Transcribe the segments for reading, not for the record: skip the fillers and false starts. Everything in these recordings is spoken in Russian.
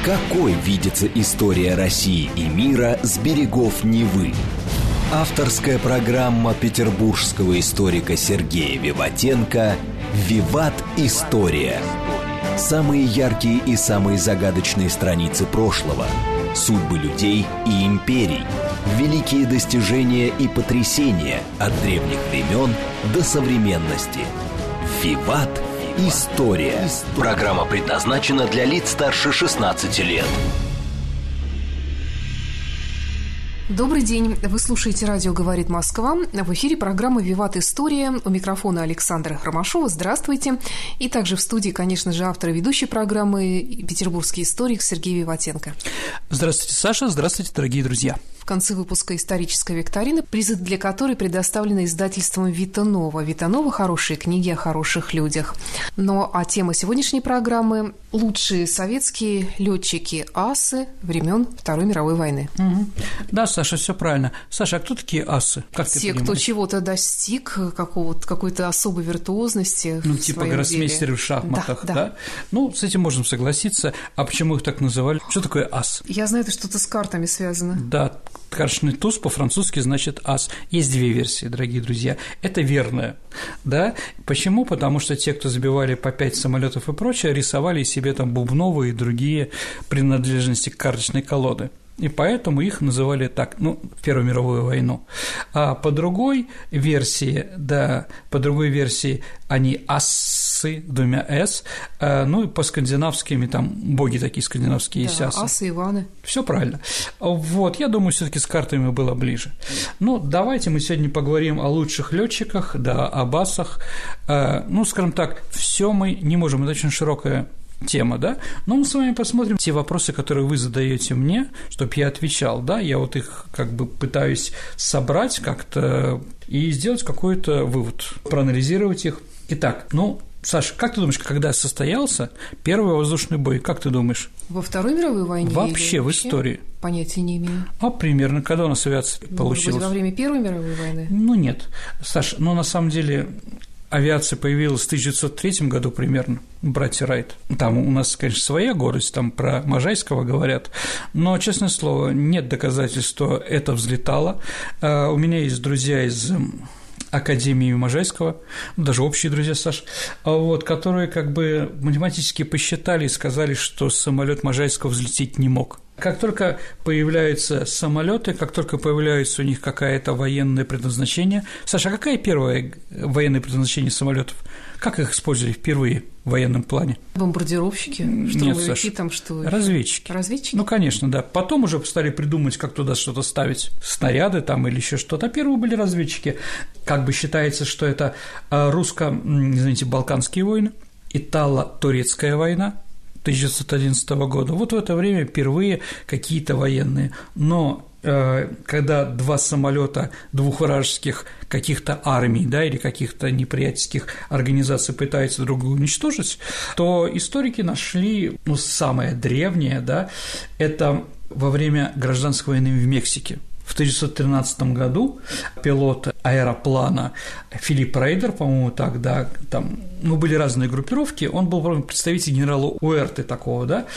Какой видится история России и мира с берегов Невы? Авторская программа петербургского историка Сергея Виватенко «Виват. История». Самые яркие и самые загадочные страницы прошлого, судьбы людей и империй, великие достижения и потрясения от древних времен до современности. «Виват. История». Программа предназначена для лиц старше 16 лет. Добрый день. Вы слушаете радио «Говорит Москва». В эфире программа «Виват. История». У микрофона Александра Хромашова. Здравствуйте. И также в студии, конечно же, автор и ведущий программы, петербургский историк Сергей Виватенко. Здравствуйте, Саша. Здравствуйте, дорогие друзья. В конце выпуска исторической викторины, призы для которой предоставлены издательством «Витанова». «Витанова» – хорошие книги о хороших людях. А тема сегодняшней программы – лучшие советские летчики-асы времен Второй мировой войны. Угу. Да, Саша, все правильно. Саша, а кто такие асы? Как Те, кто чего-то достиг, какой-то особой виртуозности. Типа гроссмейстеры в шахматах, да? С этим можем согласиться. А почему их так называли? Что такое ас? Я знаю, это что-то с картами связано. Да, карточный туз по-французски значит ас. Есть две версии, дорогие друзья. Это верная, да? Почему? Потому что те, кто забивали по 5 самолетов и прочее, рисовали себе там бубновые и другие принадлежности к карточной колоды. И поэтому их называли так, в Первую мировую войну. А по другой версии, они ассы, двумя «с», и по-скандинавскими там боги такие скандинавские есть, асы. Асы, Иваны. Все правильно. Я думаю, все-таки с картами было ближе. Давайте мы сегодня поговорим о лучших летчиках, об асах. Скажем так, все мы не можем, это очень широкая тема, да? Но мы с вами посмотрим те вопросы, которые вы задаете мне, чтобы я отвечал, да? Я их пытаюсь собрать как-то и сделать какой-то вывод, проанализировать их. Итак, Саша, как ты думаешь, когда состоялся первый воздушный бой? Как ты думаешь? Во Второй мировой войне? Вообще в истории? Понятия не имею. А примерно, когда у нас авиация получилась? Может быть, во время Первой мировой войны? Нет. Саша, на самом деле авиация появилась в 1903 году примерно, братья Райт. Там у нас, конечно, своя горесть, там про Можайского говорят, но, честное слово, нет доказательств, что это взлетало. У меня есть друзья из Академии Можайского, даже общие друзья, Саш, которые математически посчитали и сказали, что самолет Можайского взлететь не мог. Как только появляются самолеты, как только появляется у них какое-то военное предназначение. Саша, а какое первое военное предназначение самолетов? Как их использовали впервые в военном плане? Бомбардировщики, штурмовики, там что? Разведчики. Разведчики? Конечно, да. Потом уже стали придумать, как туда что-то ставить, снаряды там или еще что-то. А первые были разведчики. Считается, что это русско-балканские войны, итало-турецкая война 1911 года. В это время впервые какие-то военные. Но когда два самолета двух вражеских каких-то армий, или каких-то неприятельских организаций пытаются друг друга уничтожить, то историки нашли, самое древнее, это во время гражданской войны в Мексике. В 1913 году пилот аэроплана Филипп Рейдер, по-моему, были разные группировки, он был представитель генерала Уэрты такого,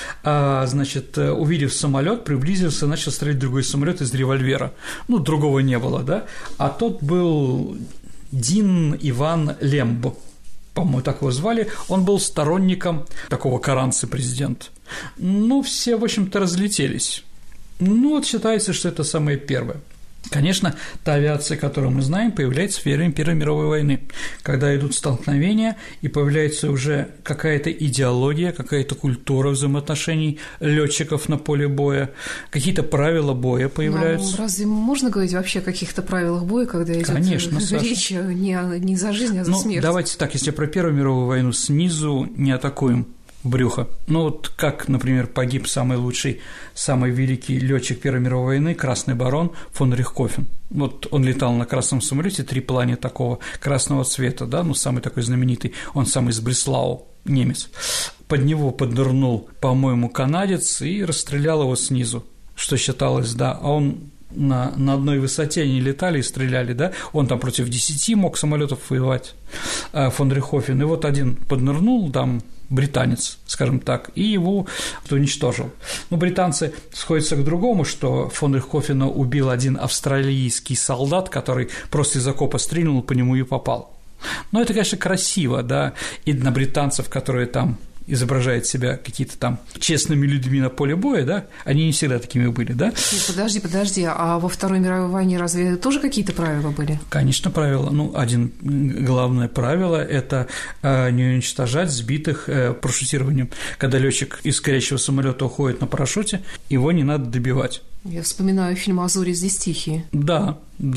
увидев самолет, приблизился, начал стрелять в другой самолет из револьвера, другого не было, а тот был Дин Иван Лембо, по-моему, так его звали, он был сторонником такого Карранцы-президента. Все, в общем-то, разлетелись. Считается, что это самое первое. Конечно, та авиация, которую мы знаем, появляется в время Первой мировой войны, когда идут столкновения, и появляется уже какая-то идеология, какая-то культура взаимоотношений летчиков на поле боя, какие-то правила боя появляются. Разве можно говорить вообще о каких-то правилах боя, когда идет речь не за жизнь, а за смерть? Давайте так, если про Первую мировую войну снизу не атакуем в брюхо. Как, например, погиб самый лучший, самый великий летчик Первой мировой войны, Красный барон фон Рихтхофен. Он летал на красном самолете, триплане такого красного цвета, самый такой знаменитый, он сам из Бреслау, немец. Под него поднырнул, по-моему, канадец и расстрелял его снизу, что считалось, а он на одной высоте они летали и стреляли, да, он там против 10 мог самолетов воевать, фон Рихтхофен, и вот один поднырнул там британец, скажем так, и его уничтожил. Но британцы сходятся к другому, что фон Рихтхофена убил один австралийский солдат, который просто из окопа стрельнул по нему и попал. Но это, конечно, красиво, да, и на британцев, которые там изображают себя какие-то там честными людьми на поле боя, да, они не всегда такими были, да? Подожди, а во Второй мировой войне разве тоже какие-то правила были? Конечно, правила. Ну, один главное правило – это не уничтожать сбитых парашютированием. Когда летчик из горящего самолета уходит на парашюте, его не надо добивать. Я вспоминаю фильм «А зори здесь тихие». Да.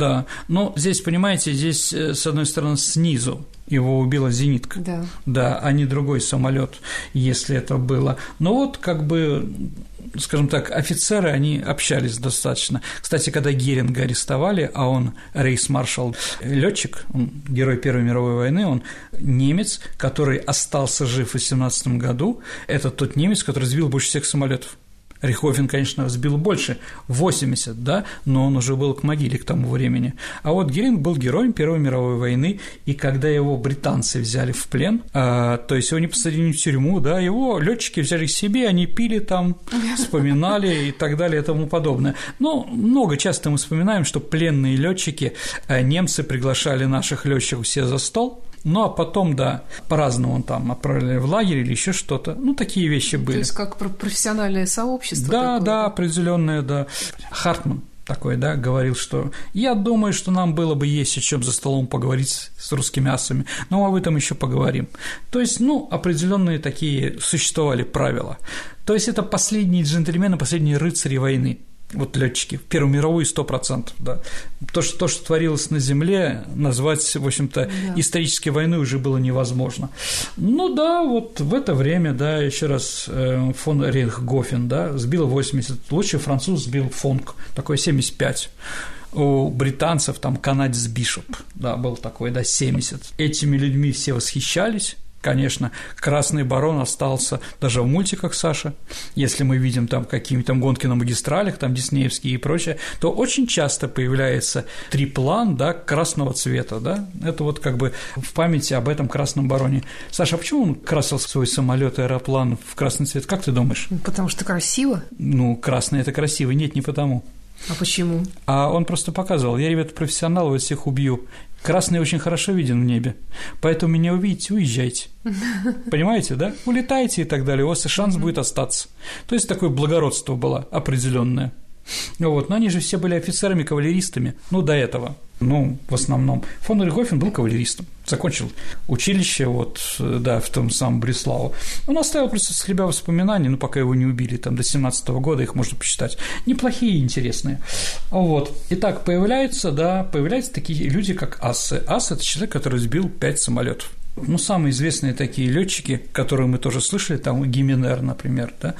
Но здесь, понимаете, здесь, с одной стороны, снизу его убила зенитка, да, а не другой самолет, если это было. Но вот, как бы, скажем так, офицеры, они общались достаточно. Кстати, когда Геринга арестовали, а он рейхсмаршал, летчик, он герой Первой мировой войны, он немец, который остался жив в 18 году, это тот немец, который сбил больше всех самолетов. Рихтхофен, конечно, сбил больше, 80, да, но он уже был к могиле к тому времени. А вот Геринг был героем Первой мировой войны, и когда его британцы взяли в плен, то есть его не посадили в тюрьму, да, его летчики взяли к себе, они пили там, вспоминали и так далее и тому подобное. Но часто мы вспоминаем, что пленные летчики, немцы приглашали наших летчиков все за стол. Ну, а потом, да, по-разному он там отправляли в лагерь или еще что-то. Ну, такие вещи были. То есть, как профессиональное сообщество? Да, определенное, да. Хартман такой, да, говорил, что я думаю, что нам было бы есть о чем за столом поговорить с русскими асами, но об этом еще поговорим. То есть, определенные такие существовали правила. То есть, это последние джентльмены, последние рыцари войны. Вот летчики, в Первую мировую 100%, да. То, что творилось на земле, назвать, в общем-то, исторической войной уже было невозможно. Ну да, вот в это время, да, еще раз, фон Рихтхофен, да, сбил 80, лучший француз сбил Фонк, такой 75. У британцев там канадец Бишоп, да, был такой, да, 70. Этими людьми все восхищались. Конечно, Красный барон остался даже в мультиках, Саша. Если мы видим там какие-то гонки на магистралях, там диснеевские и прочее, то очень часто появляется триплан, да, красного цвета, да. Это вот как бы в памяти об этом Красном бароне. Саша, а почему он красил свой самолет и аэроплан в красный цвет? Как ты думаешь? Потому что красиво. Красный – это красиво. Нет, не потому. А почему? А он просто показывал: я, ребята, профессионал, вот всех убью. Красный очень хорошо виден в небе, поэтому меня увидите, уезжайте. Понимаете, да? Улетайте и так далее, у вас и шанс будет остаться. То есть такое благородство было определенное. Вот, но они же все были офицерами, кавалеристами, до этого. В основном. Фон Рихтхофен был кавалеристом, закончил училище, в том самом Бреслау. Он оставил просто с себя воспоминания, пока его не убили, там, до 17-го года, их можно посчитать. Неплохие и интересные. Итак, появляются такие люди, как ассы. Ас – это человек, который сбил 5 самолетов. Самые известные такие летчики, которые мы тоже слышали, там Гименер, например, да,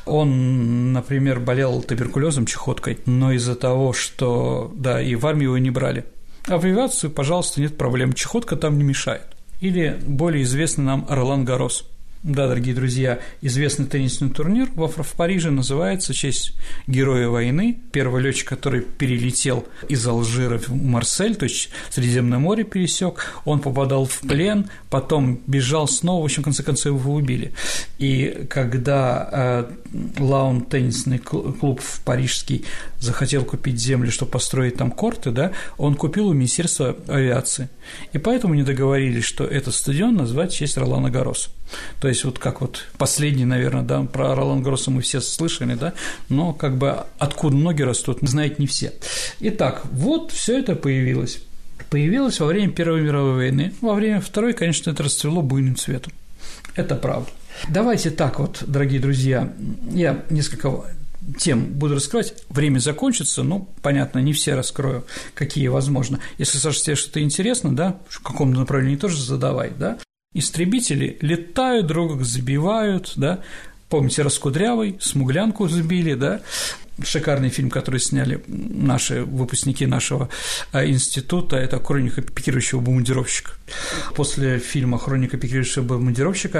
он, например, болел туберкулезом, чехоткой, но из-за того, что, и в армию его не брали. А в авиацию, пожалуйста, нет проблем, чехотка там не мешает. Или более известный нам Ролан Гаррос. Да, дорогие друзья, известный теннисный турнир в Париже называется в честь героя войны, первый летчик, который перелетел из Алжира в Марсель, то есть Средиземное море пересек, он попадал в плен, потом бежал снова, в общем, в конце концов его убили. И когда Лаун теннисный клуб парижский захотел купить землю, чтобы построить там корты, да, он купил у Министерства авиации. И поэтому не договорились, что этот стадион назвать в честь Ролана Гарроса. То есть последний, наверное, да, про Ролан Гарроса мы все слышали, да, но как бы откуда ноги растут, знают не все. Итак, все это появилось. Появилось во время Первой мировой войны, во время Второй, конечно, это расцвело буйным цветом. Это правда. Давайте так дорогие друзья, я несколько тем буду раскрывать, время закончится, понятно, не все раскрою, какие возможно. Если, Саша, тебе что-то интересно, да, в каком направлении тоже задавай, да. Истребители летают, друг забивают, да. Помните, Раскудрявый, Смуглянку сбили, да. Шикарный фильм, который сняли наши выпускники нашего института, это «Хроника пикирующего бомбардировщика». После фильма «Хроника пикирующего бомбардировщика»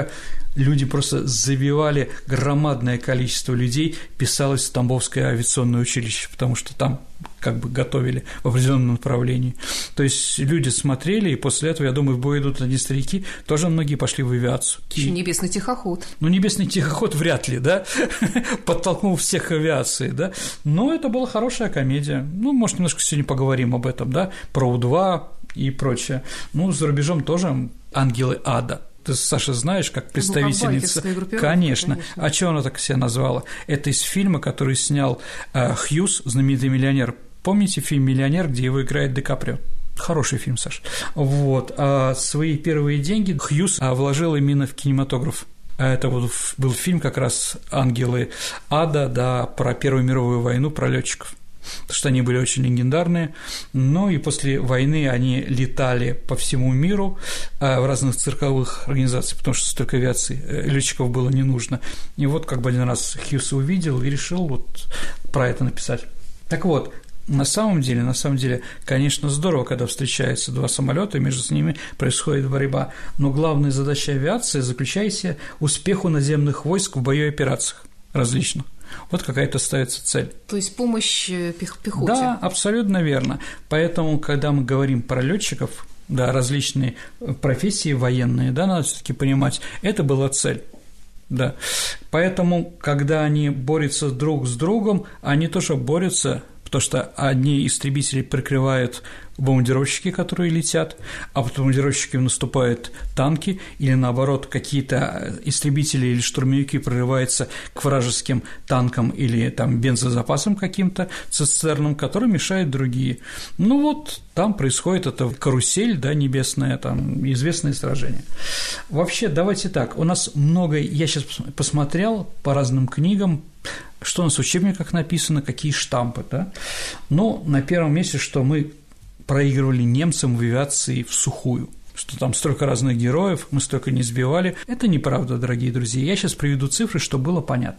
люди просто забивали, громадное количество людей писалось в Тамбовское авиационное училище, потому что там как бы готовили в определенном направлении. То есть люди смотрели, и после этого, я думаю, в бой идут одни старики, тоже многие пошли в авиацию. Еще небесный тихоход. Ну, небесный тихоход вряд ли, да, подтолкнул всех к авиации, да, но это была хорошая комедия. Ну, может, немножко сегодня поговорим об этом, да, про У-2 и прочее. Ну, за рубежом тоже «Ангелы ада». Ты, Саша, знаешь, как представительница… Конечно. А чего она так себя назвала? Это из фильма, который снял Хьюз, знаменитый миллионер. Помните фильм «Миллионер», где его играет Ди Каприо? Хороший фильм, Саша. Вот. А свои первые деньги Хьюз вложил именно в кинематограф. Это вот был фильм как раз «Ангелы ада», да, про Первую мировую войну, про летчиков. Потому что они были очень легендарные, но и после войны они летали по всему миру в разных цирковых организациях, потому что столько авиации летчиков было не нужно. И вот как бы один раз Хьюз увидел и решил вот про это написать. Так вот, на самом деле, конечно, здорово, когда встречаются два самолета, и между ними происходит борьба, но главная задача авиации заключается в успеху наземных войск в бою и операциях различных. Вот какая-то ставится цель. То есть помощь пехоте. Да, абсолютно верно. Поэтому, когда мы говорим про летчиков, да, различные профессии военные, да, надо все-таки понимать, это была цель. Да. Поэтому, когда они борются друг с другом, они тоже борются, потому что одни истребители прикрывают бомбардировщики, которые летят, а под бомбардировщиками наступают танки, или наоборот, какие-то истребители или штурмовики прорываются к вражеским танкам или там бензозапасам каким-то цистернам, которые мешают другие. Ну вот, там происходит эта карусель, да, небесная, там известное сражение. Вообще, давайте так, у нас много, я сейчас посмотрел по разным книгам, что у нас в учебниках написано, какие штампы, да. Ну, на первом месте, что мы проигрывали немцам в авиации всухую, что там столько разных героев, мы столько не сбивали. Это неправда, дорогие друзья. Я сейчас приведу цифры, чтобы было понятно.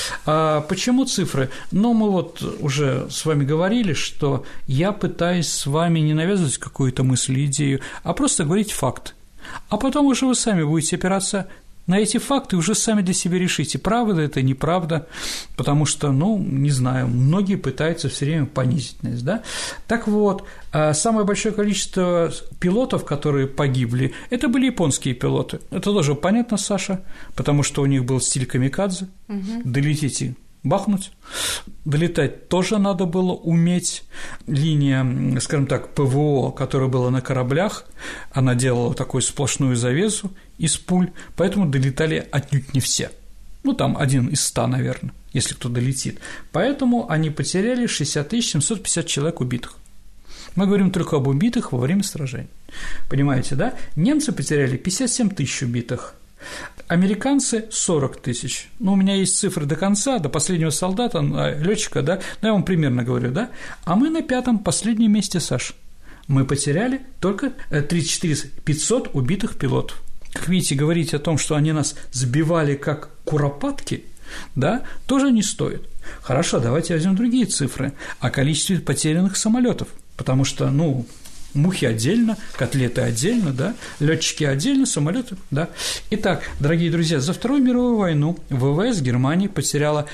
А почему цифры? Ну, мы вот уже с вами говорили, что я пытаюсь с вами не навязывать какую-то мысль, идею, а просто говорить факт. А потом уже вы сами будете опираться на эти факты, уже сами для себя решите, правда это, неправда, потому что, ну, не знаю, многие пытаются все время понизить нас, да. Так вот, самое большое количество пилотов, которые погибли, это были японские пилоты. Это тоже понятно, Саша, потому что у них был стиль камикадзе, долететь и бахнуть. Долетать тоже надо было уметь. Линия, скажем так, ПВО, которая была на кораблях, она делала такую сплошную завесу из пуль, поэтому долетали отнюдь не все. Ну, там 1 из 100, наверное, если кто долетит. Поэтому они потеряли 60 750 человек убитых. Мы говорим только об убитых во время сражений. Понимаете, да? Немцы потеряли 57 тысяч убитых. Американцы 40 тысяч. Ну, у меня есть цифры до конца, до последнего солдата, летчика, да, но я вам примерно говорю, да. А мы на 5-м, последнем месте, Саш. Мы потеряли только 34 500 убитых пилотов. Как видите, говорить о том, что они нас сбивали как куропатки, да, тоже не стоит. Хорошо, давайте возьмем другие цифры о количестве потерянных самолетов, потому что, ну, мухи отдельно, котлеты отдельно, да, летчики отдельно, самолеты, да. Итак, дорогие друзья, за Вторую мировую войну ВВС Германии потеряла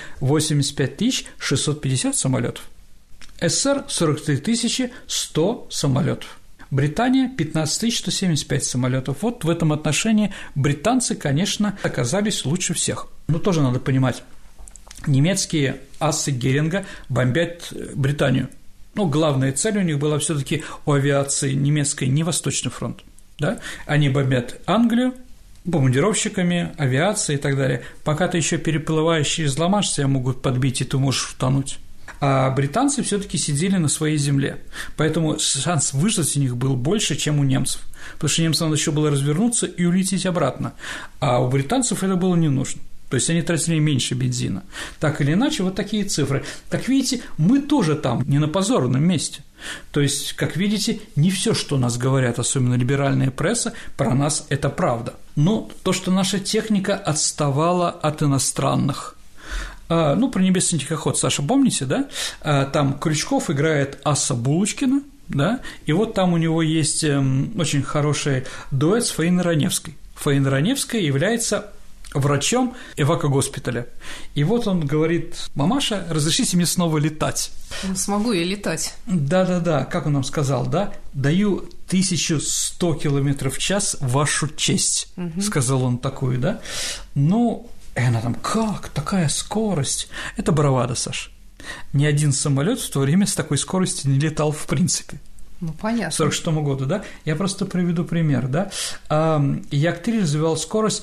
85 650 самолетов, СССР 43 100 самолетов, Британия 15 175 самолетов. Вот в этом отношении британцы, конечно, оказались лучше всех. Но тоже надо понимать, немецкие асы Геринга бомбят Британию. Ну, главная цель у них была все-таки у авиации немецкой не Восточный фронт, да? Они бомбят Англию бомбардировщиками, авиацией и так далее. Пока ты еще переплываешь через Ла-Манш, тебя могут подбить, и ты можешь утонуть. А британцы все-таки сидели на своей земле, поэтому шанс выжить у них был больше, чем у немцев, потому что немцам надо еще было развернуться и улететь обратно, а у британцев это было не нужно. То есть они тратили меньше бензина. Так или иначе, вот такие цифры. Как видите, мы тоже там не на позорном месте. То есть, как видите, не все, что нас говорят, особенно либеральная пресса, про нас – это правда. Но то, что наша техника отставала от иностранных. Ну, про небесный тихоход, Саша, помните, да? Там Крючков играет аса Булочкина, да? И вот там у него есть очень хороший дуэт с Фаиной Раневской. Фаина Раневская является врачом эвакогоспиталя. И вот он говорит: «Мамаша, разрешите мне снова летать». Смогу я летать. Да-да-да, как он нам сказал, да? «Даю 1100 км в час в вашу честь», сказал он такую, да? Ну, и она там: «Как? Такая скорость?» Это бравада, Саш. Ни один самолет в то время с такой скоростью не летал в принципе. Ну, понятно. К 1946 году, да? Я просто приведу пример, да? Як-3 развивал скорость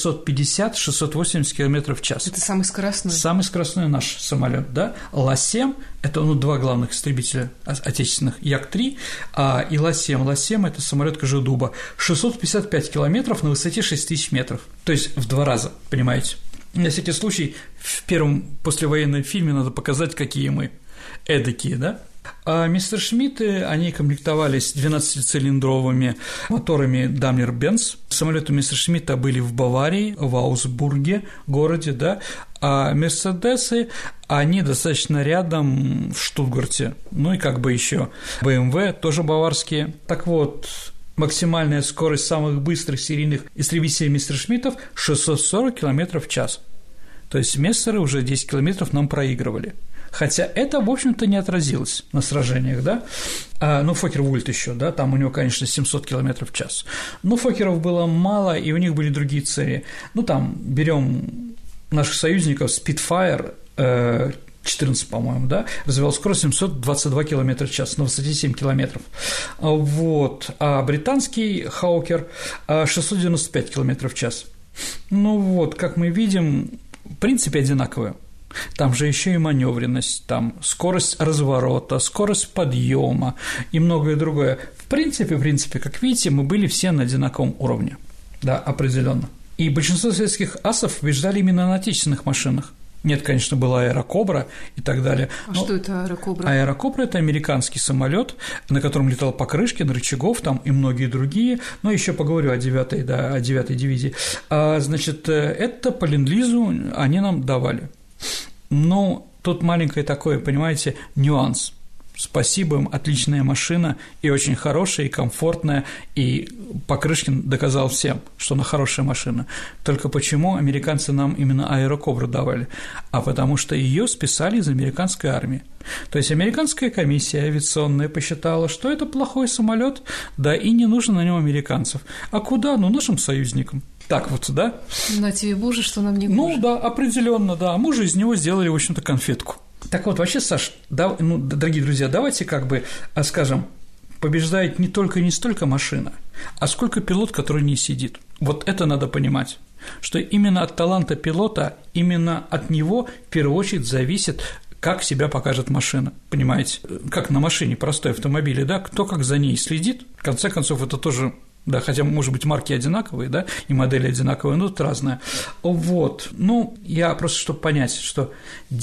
650-680 км в час. Это самый скоростной. Самый скоростной наш самолет, да? Ла-7 – это, два главных истребителя отечественных, Як-3, и Ла-7. Ла-7 – это самолет Кожедуба. 655 километров на высоте 6000 метров. То есть в 2 раза, понимаете? На всякий случай, в первом послевоенном фильме надо показать, какие мы эдакие, да? А Мессершмитты, они комплектовались 12-цилиндровыми моторами Daimler-Benz. Самолеты Мессершмитта были в Баварии, в Аусбурге, городе, да, а Мерседесы, они достаточно рядом, в Штутгарте, ну и как бы еще BMW, тоже баварские. Так вот, максимальная скорость самых быстрых серийных истребителей Мессершмиттов – 640 км в час. То есть Мессеры уже 10 километров нам проигрывали. Хотя это, в общем-то, не отразилось на сражениях, да. Фоккер-Вульт еще, да, там у него, конечно, 700 км в час. Но Фоккеров было мало, и у них были другие цели. Там берем наших союзников, Spitfire, 14, по-моему, да, развивал скорость 722 км в час на высоте 7 км. Вот. А британский Хаукер 695 км в час. Как мы видим, в принципе, одинаковые. Там же еще и маневренность, там скорость разворота, скорость подъема и многое другое. В принципе, как видите, мы были все на одинаковом уровне. Да, определенно. И большинство советских асов побеждали именно на отечественных машинах. Нет, конечно, была Аэрокобра и так далее. Что это Аэрокобра? Аэрокобра – это американский самолет, на котором летал Покрышкин, Рычагов там и многие другие. Но еще поговорю о 9-й дивизии. Это по ленд-лизу они нам давали. Тут маленькое такое, понимаете, нюанс. Спасибо им, отличная машина, и очень хорошая, и комфортная, и Покрышкин доказал всем, что она хорошая машина. Только почему американцы нам именно Аэрокобру давали? А потому что ее списали из американской армии. То есть американская комиссия авиационная посчитала, что это плохой самолет, да, и не нужно на нем американцев. А куда? Нашим союзникам. Так вот, да? На тебе, Боже, что нам не гоже. Да, определенно, да. Мы же из него сделали, в общем-то, конфетку. Так вот, вообще, Саш, дорогие друзья, давайте скажем, побеждает не столько машина, а сколько пилот, который не сидит. Вот это надо понимать, что именно от таланта пилота, именно от него в первую очередь зависит, как себя покажет машина, понимаете? Как на машине простой автомобиле, да, кто как за ней следит, в конце концов, это тоже... Да, хотя, может быть, марки одинаковые, да, и модели одинаковые, но тут разное. Вот. Я просто, чтобы понять, что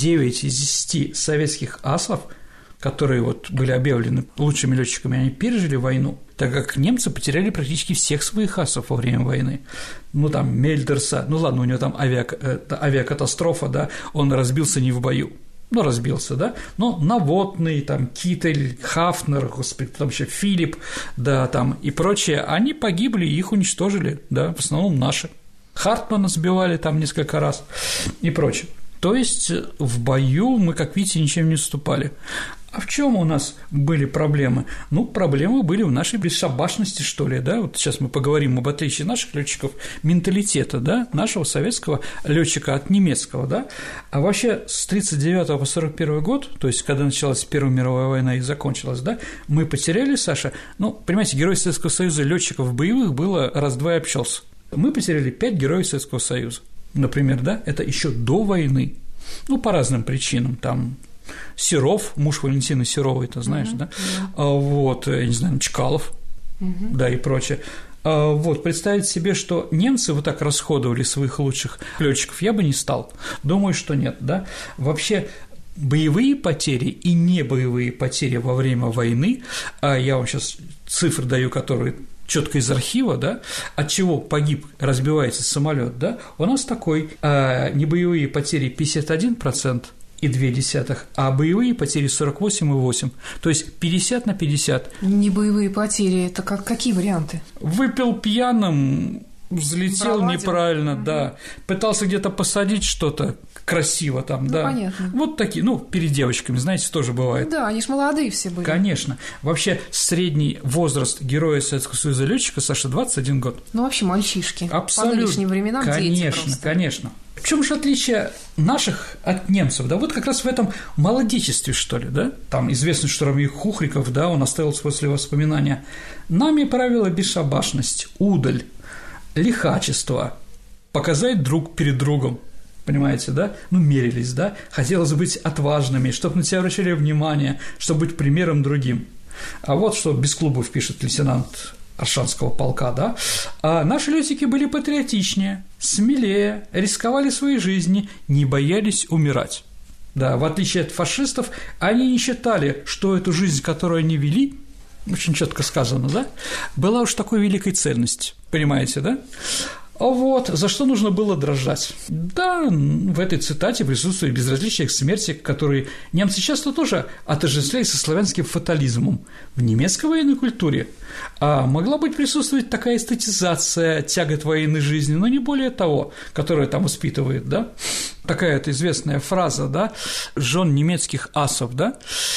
9 из 10 советских асов, которые были объявлены лучшими летчиками, они пережили войну, так как немцы потеряли практически всех своих асов во время войны. Мельдерса, ладно, у него там авиакатастрофа, да, он разбился не в бою. Разбился, да, но Новотный, Китель, Хафнер, там еще Филипп, да, и прочие, они погибли, их уничтожили, да, в основном наши. Хартмана сбивали несколько раз и прочее. То есть в бою мы, как видите, ничем не уступали. А в чем у нас были проблемы? Проблемы были в нашей бесшабашности, что ли, да? Вот сейчас мы поговорим об отличии наших летчиков, менталитета, да, нашего советского летчика от немецкого, да? А вообще с 1939 по 1941 год, то есть когда началась Первая мировая война и закончилась, да, мы потеряли, Саша, понимаете, Героев Советского Союза летчиков боевых было раз-два и обчелся. Мы потеряли 5 Героев Советского Союза, например, да, это еще до войны, по разным причинам, Серов, муж Валентины Серовой, ты знаешь, да? Я не знаю, Чкалов, да, и прочее. Представить себе, что немцы вот так расходовали своих лучших летчиков, я бы не стал. Думаю, что нет, да? Вообще, боевые потери и небоевые потери во время войны, я вам сейчас цифры даю, которые четко из архива, да, от чего погиб, разбивается самолет, да, у нас такой небоевые потери 51%, и 0,2, а боевые потери 48,8, то есть 50 на 50. Небоевые потери – это какие варианты? Выпил пьяным, взлетел неправильно, да, пытался где-то посадить что-то красиво там, да. Понятно. Вот такие, перед девочками, знаете, тоже бывает. Да, они ж молодые все были. Конечно. Вообще, средний возраст героя Советского Союза летчика, Саша, 21 год. Вообще мальчишки. Абсолютно. По нынешним временам дети просто. Конечно. В чем же отличие наших от немцев? Да вот как раз в этом молодечестве, что ли, да? Там известный штурмовик Хухриков, да, он оставил после воспоминания: «Нами правила бесшабашность, удаль, лихачество, показать друг перед другом». Понимаете, да? Мерились, да? Хотелось быть отважными, чтобы на тебя обращали внимание, чтобы быть примером другим. А вот что без клубов пишет лейтенант Аршанского полка, да? А наши летчики были патриотичнее, смелее, рисковали своей жизнью, не боялись умирать. Да, в отличие от фашистов, они не считали, что эту жизнь, которую они вели, очень четко сказано, да, была уж такой великой ценностью. Понимаете, да? А вот за что нужно было дрожать? Да, в этой цитате присутствует безразличие к смерти, который немцы часто тоже отождествляли со славянским фатализмом. В немецкой военной культуре могла быть присутствовать такая эстетизация тягот военной жизни, но не более того, которая там воспитывает, да? Такая-то известная фраза, да, жен немецких асов, да,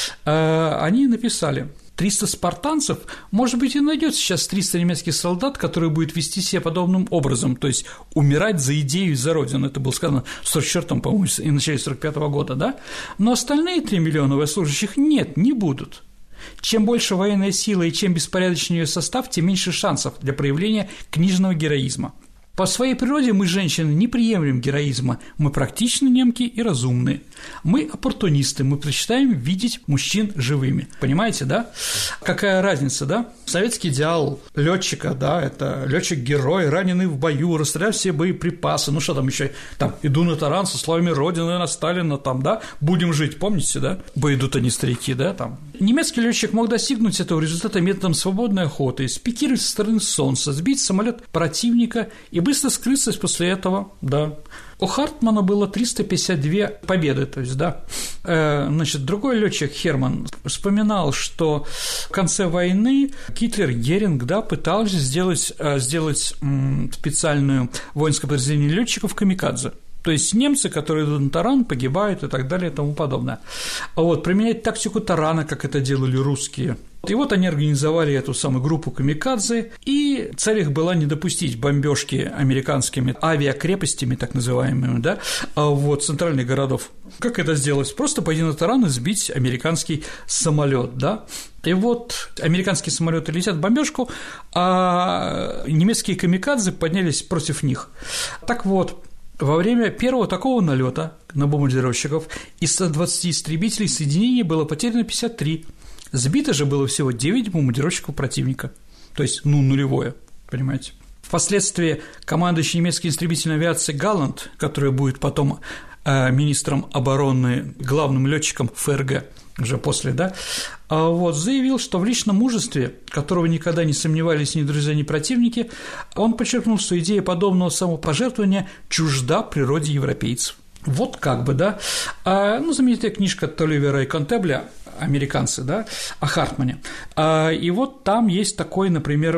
они написали: 300 спартанцев, может быть, и найдется сейчас 300 немецких солдат, которые будут вести себя подобным образом, то есть умирать за идею и за родину. Это было сказано в 44-м, по-моему, и в начале 45-го года, да? Но остальные 3 миллиона военнослужащих нет, не будут. Чем больше военная сила и чем беспорядочнее ее состав, тем меньше шансов для проявления книжного героизма. По своей природе мы, женщины, не приемлем героизма, мы практичны, немки, и разумны. Мы оппортунисты, мы предпочитаем видеть мужчин живыми. Понимаете, да? Какая разница, да? Советский идеал летчика, да, это летчик-герой, раненый в бою, расстрелял все боеприпасы, что там еще, там, иду на таран со словами Родины, на Сталина, там, да, будем жить, помните, да? Боидут они старики, да, там. Немецкий летчик мог достигнуть этого результата методом свободной охоты, спикировать со стороны солнца, сбить самолет противника и быстро скрыться после этого, да. У Хартмана было 352 победы, то есть, да. Другой летчик Херман вспоминал, что в конце войны Гитлер, Геринг, да, пытался сделать специальную воинское подразделение летчиков камикадзе. То есть немцы, которые идут на таран, погибают и так далее и тому подобное. Применять тактику тарана, как это делали русские. И вот они организовали эту самую группу камикадзе, и цель их была не допустить бомбежки американскими авиакрепостями, так называемыми, да, центральных городов. Как это сделать? Просто пойти на таран и сбить американский самолет, да. И вот американские самолеты летят в бомбежку, а немецкие камикадзе поднялись против них. Так вот, во время первого такого налета на бомбардировщиков из 120 истребителей соединения было потеряно 53. Сбито же было всего 9 бомбардировщиков противника. То есть, нулевое, понимаете. Впоследствии командующий немецкой истребительной авиации Галланд, который будет потом министром обороны, главным летчиком ФРГ, уже после, да, заявил, что в личном мужестве, которого никогда не сомневались ни друзья, ни противники, он подчеркнул, что идея подобного самопожертвования чужда природе европейцев. Вот как бы, да. Знаменитая книжка Толивера и Контебля, американцы, да, о Хартмане. И вот там есть такой, например,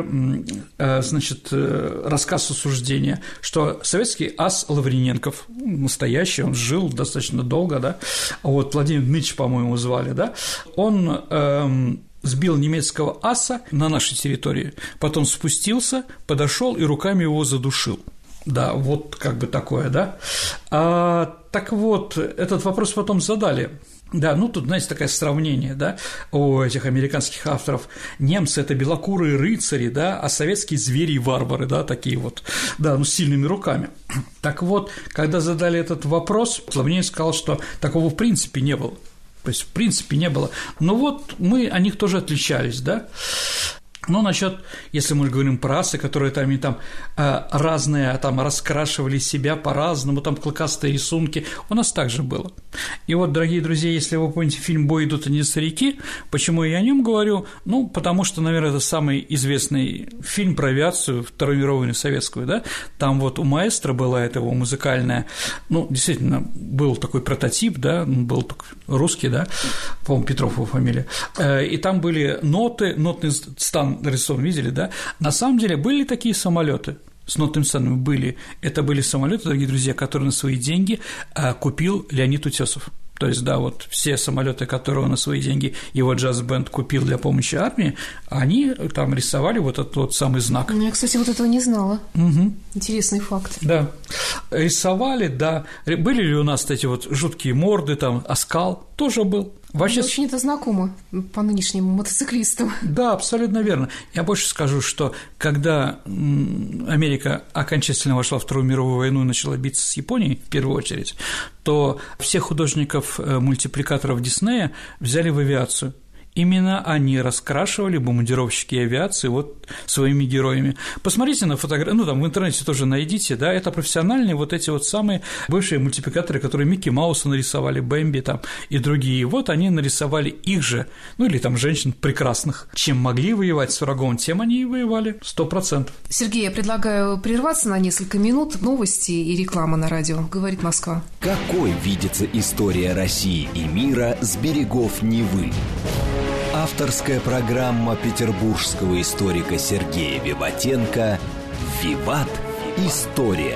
рассказ осуждения, что советский ас Лавриненков, настоящий, он жил достаточно долго, да, Владимир Дмитриевич, по-моему, звали, да, он сбил немецкого аса на нашей территории, потом спустился, подошел и руками его задушил. Да, вот как бы такое, да. Так вот, этот вопрос потом задали. Да, тут, знаете, такое сравнение, да, у этих американских авторов. Немцы – это белокурые рыцари, да, а советские – звери и варвары, да, такие вот, да, с сильными руками. Так вот, когда задали этот вопрос, Лавриненко сказал, что такого в принципе не было. То есть, в принципе, не было. Но мы от них тоже отличались, да. Насчет, если мы говорим про асы, которые там разные, там раскрашивали себя по-разному, там клыкастые рисунки, у нас также было. И дорогие друзья, если вы помните фильм «Бой идут одни старики», почему я о нем говорю? Потому что, наверное, это самый известный фильм про авиацию Второй мировой войны советскую, да, там у маэстро была эта его музыкальная, действительно, был такой прототип, да, был такой русский, да, по-моему, Петров его фамилия, и там были ноты, нотный стан нарисован, видели, да? На самом деле были такие самолеты. с нотными статами были. Это были самолеты, дорогие друзья, которые на свои деньги купил Леонид Утесов. То есть, да, вот все самолеты, которые он на свои деньги его джаз-бенд купил для помощи армии, они там рисовали вот этот вот самый знак. Я, кстати, вот этого не знала. Угу. Интересный факт. Да. Рисовали, да. Были ли у нас эти вот жуткие морды, там, оскал? Тоже был. Вообще... Мне очень это знакомо по нынешним мотоциклистам. Да, абсолютно верно. Я больше скажу, что когда Америка окончательно вошла в Вторую мировую войну и начала биться с Японией, в первую очередь, то всех художников-мультипликаторов Диснея взяли в авиацию. Именно они раскрашивали бомбардировщики авиации вот своими героями. Посмотрите на фотографии, ну, там в интернете тоже найдите, да, это профессиональные вот эти вот самые бывшие мультипликаторы, которые Микки Мауса нарисовали, Бэмби там и другие. Вот они нарисовали их же, ну, или там женщин прекрасных. Чем могли воевать с врагом, тем они и воевали, 100%. Сергей, я предлагаю прерваться на несколько минут. Новости и реклама на радио. Говорит Москва. Какой видится история России и мира с берегов Невы? Авторская программа петербургского историка Сергея Виватенко «Виват. История».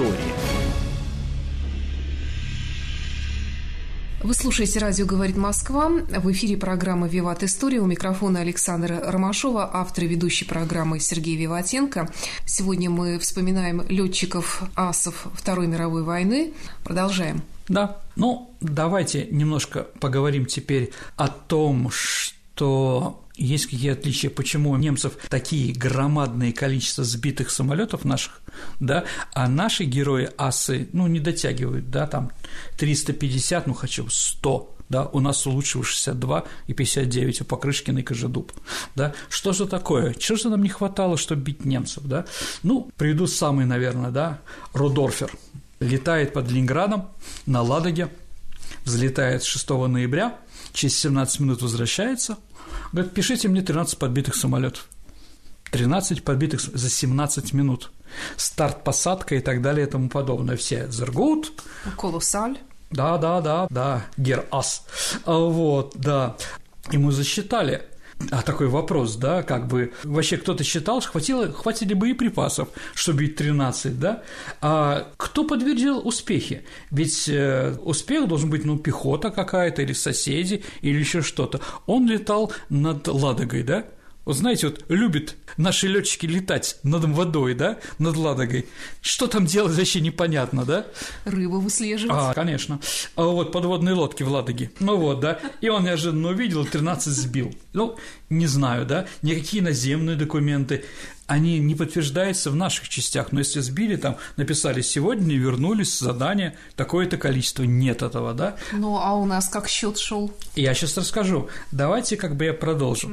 Вы слушаете радио «Говорит Москва». В эфире программа «Виват. История». У микрофона Александра Ромашова, автор и ведущий программы Сергей Виватенко. Сегодня мы вспоминаем летчиков-асов Второй мировой войны. Продолжаем. Да, ну, давайте немножко поговорим теперь о том, что есть какие отличия, почему у немцев такие громадные количества сбитых самолетов наших, да, а наши герои-асы, ну, не дотягивают, да, там 350, ну, хочу 100, да, у нас у лучшего 62 и 59, у Покрышкина и Кожедуб, да, что же такое, чего же нам не хватало, чтобы бить немцев, да, ну, приведу самый, наверное, да, Рудорфер летает под Ленинградом на Ладоге, взлетает 6 ноября, через 17 минут возвращается, говорит, пишите мне 13 подбитых самолетов. 13 подбитых за 17 минут. Старт, посадка и так далее и тому подобное. Все «Зергут». «Колоссаль». Да, «Гер Ас». Вот, да. Ему засчитали. А такой вопрос, да, как бы, вообще кто-то считал, что хватили боеприпасов, чтобы бить 13, да, а кто подтвердил успехи? Ведь успех должен быть, ну, пехота какая-то, или соседи, или еще что-то. Он летал над Ладогой, да? Вот знаете, вот любят наши летчики летать над водой, да, над Ладогой. Что там делать, вообще непонятно, да? Рыбу выслеживать. Конечно. А вот подводные лодки в Ладоге. Ну вот, да. И он неожиданно увидел, 13 сбил. Ну, не знаю, да, никакие наземные документы, они не подтверждаются в наших частях, но если сбили, там, написали сегодня, вернулись с задания, такое-то количество, нет этого, да. Ну, а у нас как счет шел? Я сейчас расскажу, давайте как бы я продолжу.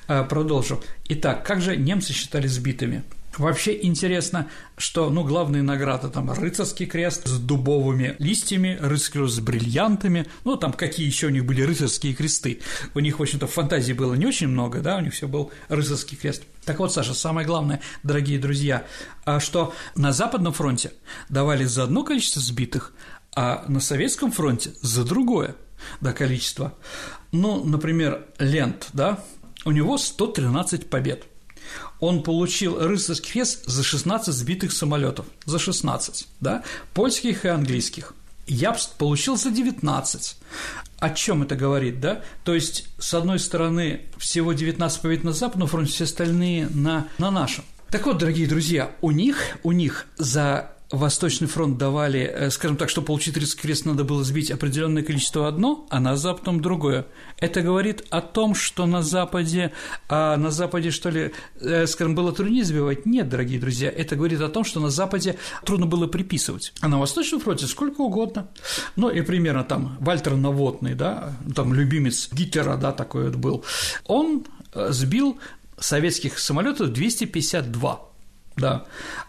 Итак, как же немцы считали сбитыми? Вообще интересно, что, ну, главные награды там рыцарский крест с дубовыми листьями, рыцарский крест с бриллиантами, ну, там какие еще у них были рыцарские кресты. У них, в общем-то, в фантазии было не очень много, да, у них все был рыцарский крест. Так вот, Саша, самое главное, дорогие друзья, что на Западном фронте давали за одно количество сбитых, а на Советском фронте за другое, да, количество. Ну, например, Лент, да, у него 113 побед. Он получил рыцарский крест за 16 сбитых самолетов, за 16, да, польских и английских. Ябст получил за 19. О чем это говорит, да? То есть, с одной стороны, всего 19 побед на Западном фронте, все остальные на нашем. Так вот, дорогие друзья, у них за Восточный фронт давали, скажем так, чтобы получить рыцарский крест, надо было сбить определенное количество одно, а на Западном другое. Это говорит о том, что на Западе, что ли, скажем, было труднее сбивать? Нет, дорогие друзья, это говорит о том, что на Западе трудно было приписывать, а на Восточном фронте сколько угодно. Ну, и примерно там Вальтер Новотный, да, там любимец Гитлера, да, такой вот был, он сбил советских самолетов 252. Да.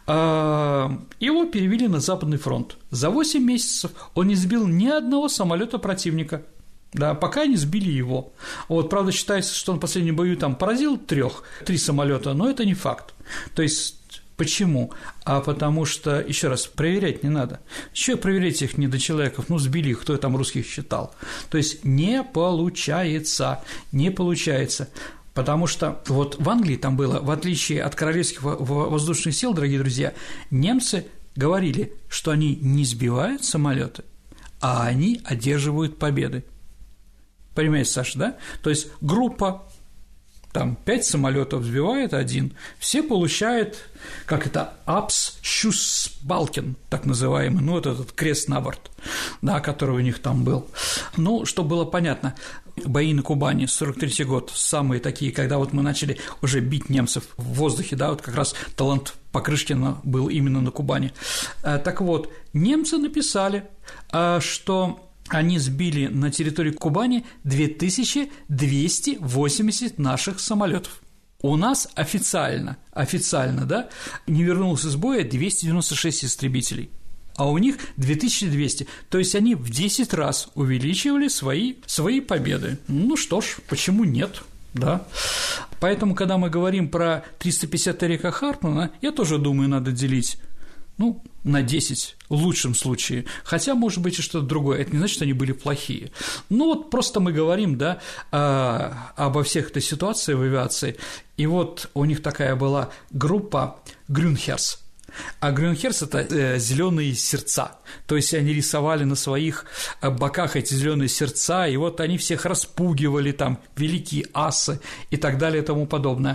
Его перевели на Западный фронт. За 8 месяцев он не сбил ни одного самолета противника, да, пока не сбили его. Вот, правда, считается, что он в последнем бою там поразил 3 самолета, но это не факт. То есть, почему? А потому что, еще раз, проверять не надо. Еще проверять их недочеловеков, ну, сбили их, кто там русских считал. То есть, не получается. Потому что вот в Англии там было, в отличие от королевских воздушных сил, дорогие друзья, немцы говорили, что они не сбивают самолеты, а они одерживают победы. Понимаете, Саша, да? То есть группа, там 5 самолетов сбивает один, все получают, как это, Abschussbalken, так называемый, ну, вот этот крест на борт, да, который у них там был. Ну, чтобы было понятно, бои на Кубани, 43-й год, самые такие, когда вот мы начали уже бить немцев в воздухе, да, вот как раз талант Покрышкина был именно на Кубани. Так вот, немцы написали, что они сбили на территории Кубани 2280 наших самолетов. У нас официально, да, не вернулось из боя 296 истребителей, а у них 2200. То есть они в 10 раз увеличивали свои победы. Ну что ж, почему нет? Да. Поэтому, когда мы говорим про 350 Эрика Хартмана, я тоже думаю, надо делить, ну, на 10 в лучшем случае, хотя, может быть, и что-то другое, это не значит, что они были плохие. Ну, вот просто мы говорим, да, обо всех этой ситуации в авиации, и вот у них такая была группа Грюнхерс. А Грюнхерс – это зеленые сердца, то есть они рисовали на своих боках эти зеленые сердца, и вот они всех распугивали, там, великие асы и так далее и тому подобное.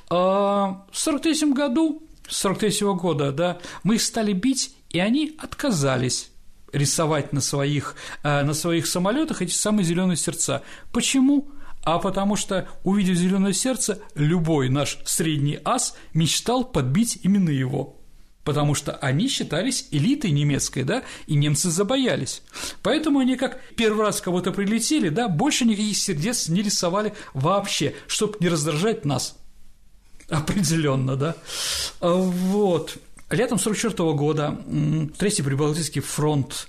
В 1943 году, с 1943 года, да, мы их стали бить, и они отказались рисовать на своих самолетах эти самые зеленые сердца. Почему? А потому что, увидев зеленое сердце, любой наш средний ас мечтал подбить именно его. Потому что они считались элитой немецкой, да, и немцы забоялись. Поэтому они, как первый раз кого-то прилетели, да, больше никаких сердец не рисовали вообще, чтобы не раздражать нас. Определенно, да. Вот. Летом 1944 года Третий Прибалтийский фронт,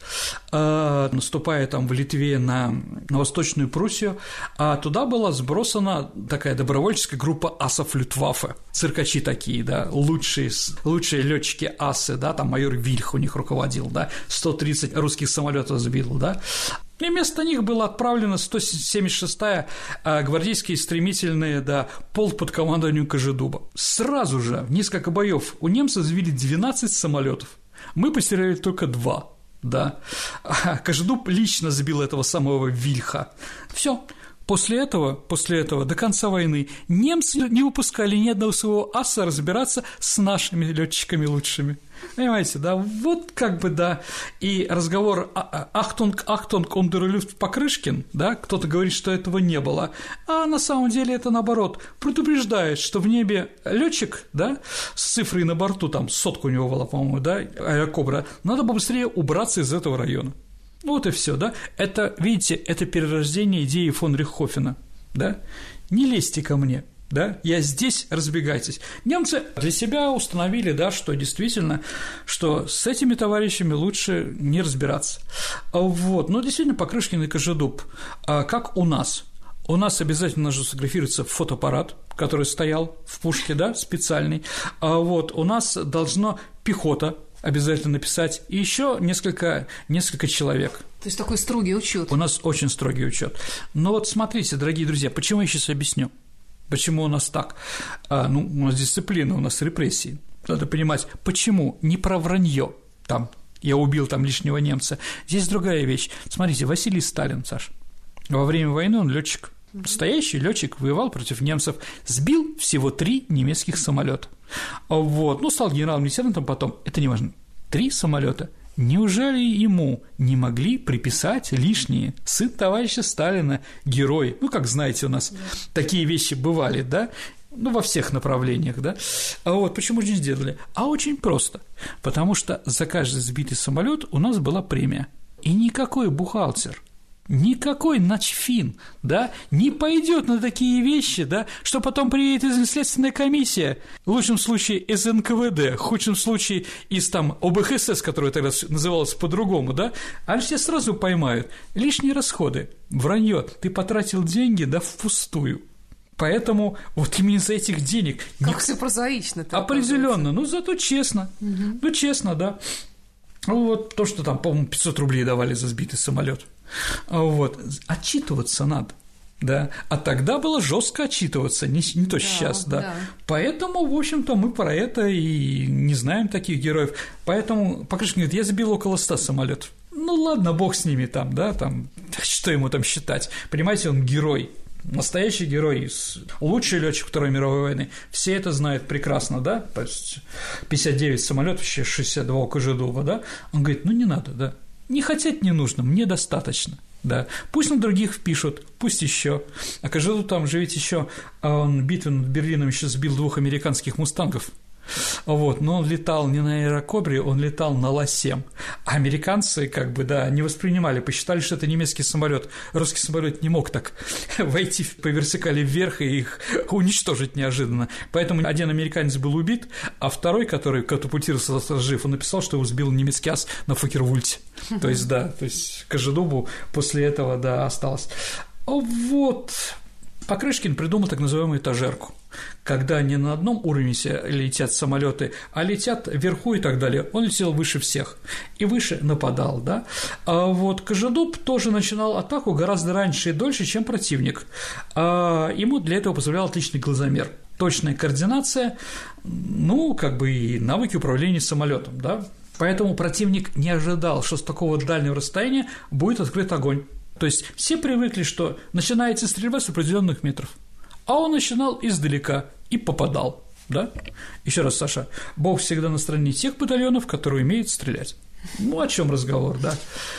наступая там в Литве на Восточную Пруссию, туда была сбросана такая добровольческая группа асов Люфтваффе, циркачи такие, да, лучшие летчики асы, да, там майор Вильх у них руководил, да, 130 русских самолетов сбил, да. И вместо них была отправлена 176-я гвардейские стремительные, да, полк под командованием Кожедуба. Сразу же несколько боев у немцев сбили 12 самолетов. Мы потеряли только 2, да. Кожедуб лично сбил этого самого Вильха. Все. После этого до конца войны немцы не выпускали ни одного своего аса разбираться с нашими летчиками лучшими. Понимаете, да, вот как бы, да, и разговор «Ахтунг, ундерлюфт Покрышкин», да, кто-то говорит, что этого не было, а на самом деле это, наоборот, предупреждает, что в небе летчик, да, с цифрой на борту, там, 100 у него была, по-моему, да, авиакобра, надо побыстрее убраться из этого района. Вот и все, да, это, видите, это перерождение идеи фон Рихтхофена, да, не лезьте ко мне. Да, я здесь, разбегайтесь. Немцы для себя установили, да, что действительно, что с этими товарищами лучше не разбираться. Вот, но действительно Покрышкин и Кожедуб, как у нас. У нас обязательно нужно сфотографироваться фотоаппарат, который стоял в пушке, да, специальный. Вот, у нас должно пехота обязательно написать, и еще несколько человек. То есть такой строгий учет. У нас очень строгий учет. Но вот смотрите, дорогие друзья, почему я сейчас объясню. Почему у нас так? У нас дисциплина, у нас репрессии. Надо понимать, почему, не про вранье, там, я убил там лишнего немца. Здесь другая вещь. Смотрите, Василий Сталин, Саш, во время войны он летчик, настоящий летчик, воевал против немцев, сбил всего 3 немецких самолета. Вот, стал генерал-лейтенантом потом, это не важно, 3 самолета. Неужели ему не могли приписать лишние? Сын товарища Сталина, герой, как знаете, у нас такие вещи бывали, да, во всех направлениях, да, вот почему же не сделали? Очень просто, потому что за каждый сбитый самолет у нас была премия, и никакой бухгалтер, никакой начфин, да, не пойдет на такие вещи, да, что потом приедет следственная комиссия, в лучшем случае из НКВД, в худшем случае из там ОБХСС, которая тогда называлась по-другому, да, они все сразу поймают лишние расходы, вранье, ты потратил деньги, да, впустую. Поэтому вот именно из-за этих денег… Как все прозаично. Определенно, зато честно, честно, да. Вот то, что там, по-моему, 500 рублей давали за сбитый самолет. Вот, отчитываться надо, Да, а тогда было жестко отчитываться, не то сейчас, да. Поэтому, в общем-то, мы про это и не знаем таких героев. Поэтому Покрышкин говорит, я сбил около 100 самолетов. Ну ладно, бог с ними там, да, там, что ему там считать. Понимаете, он герой. Настоящий герой, лучший летчик Второй мировой войны, все это знают прекрасно, да, то есть 59 самолетов, 62 у Кожедуба, да, он говорит, ну не надо, да, не хотеть не нужно, мне достаточно. Да, пусть на других впишут, пусть еще. А Кожедуб там же ведь еще он в битве над Берлином еще сбил 2 американских мустангов. Вот, но он летал не на аэрокобре, он летал на Ла-7. А американцы, как бы, да, не воспринимали, посчитали, что это немецкий самолет. Русский самолет не мог так войти по вертикали вверх и их уничтожить неожиданно. Поэтому один американец был убит, а второй, который катапультировался жив, он написал, что его сбил немецкий ас на Фокке-Вульте. То есть, да, то есть Кожедубу после этого, да, осталось. Вот. Покрышкин придумал так называемую этажерку, когда не на одном уровне летят самолеты, а летят вверху и так далее. Он летел выше всех и выше нападал, да. А вот Кожедуб тоже начинал атаку гораздо раньше и дольше, чем противник. Ему для этого позволял отличный глазомер, точная координация, ну, как бы и навыки управления самолетом, да. Поэтому противник не ожидал, что с такого дальнего расстояния будет открыт огонь. То есть все привыкли, что начинается стрельба с определенных метров, а он начинал издалека и попадал, да? Еще раз, Саша, Бог всегда на стороне тех батальонов, которые умеют стрелять. Ну, о чем разговор, да?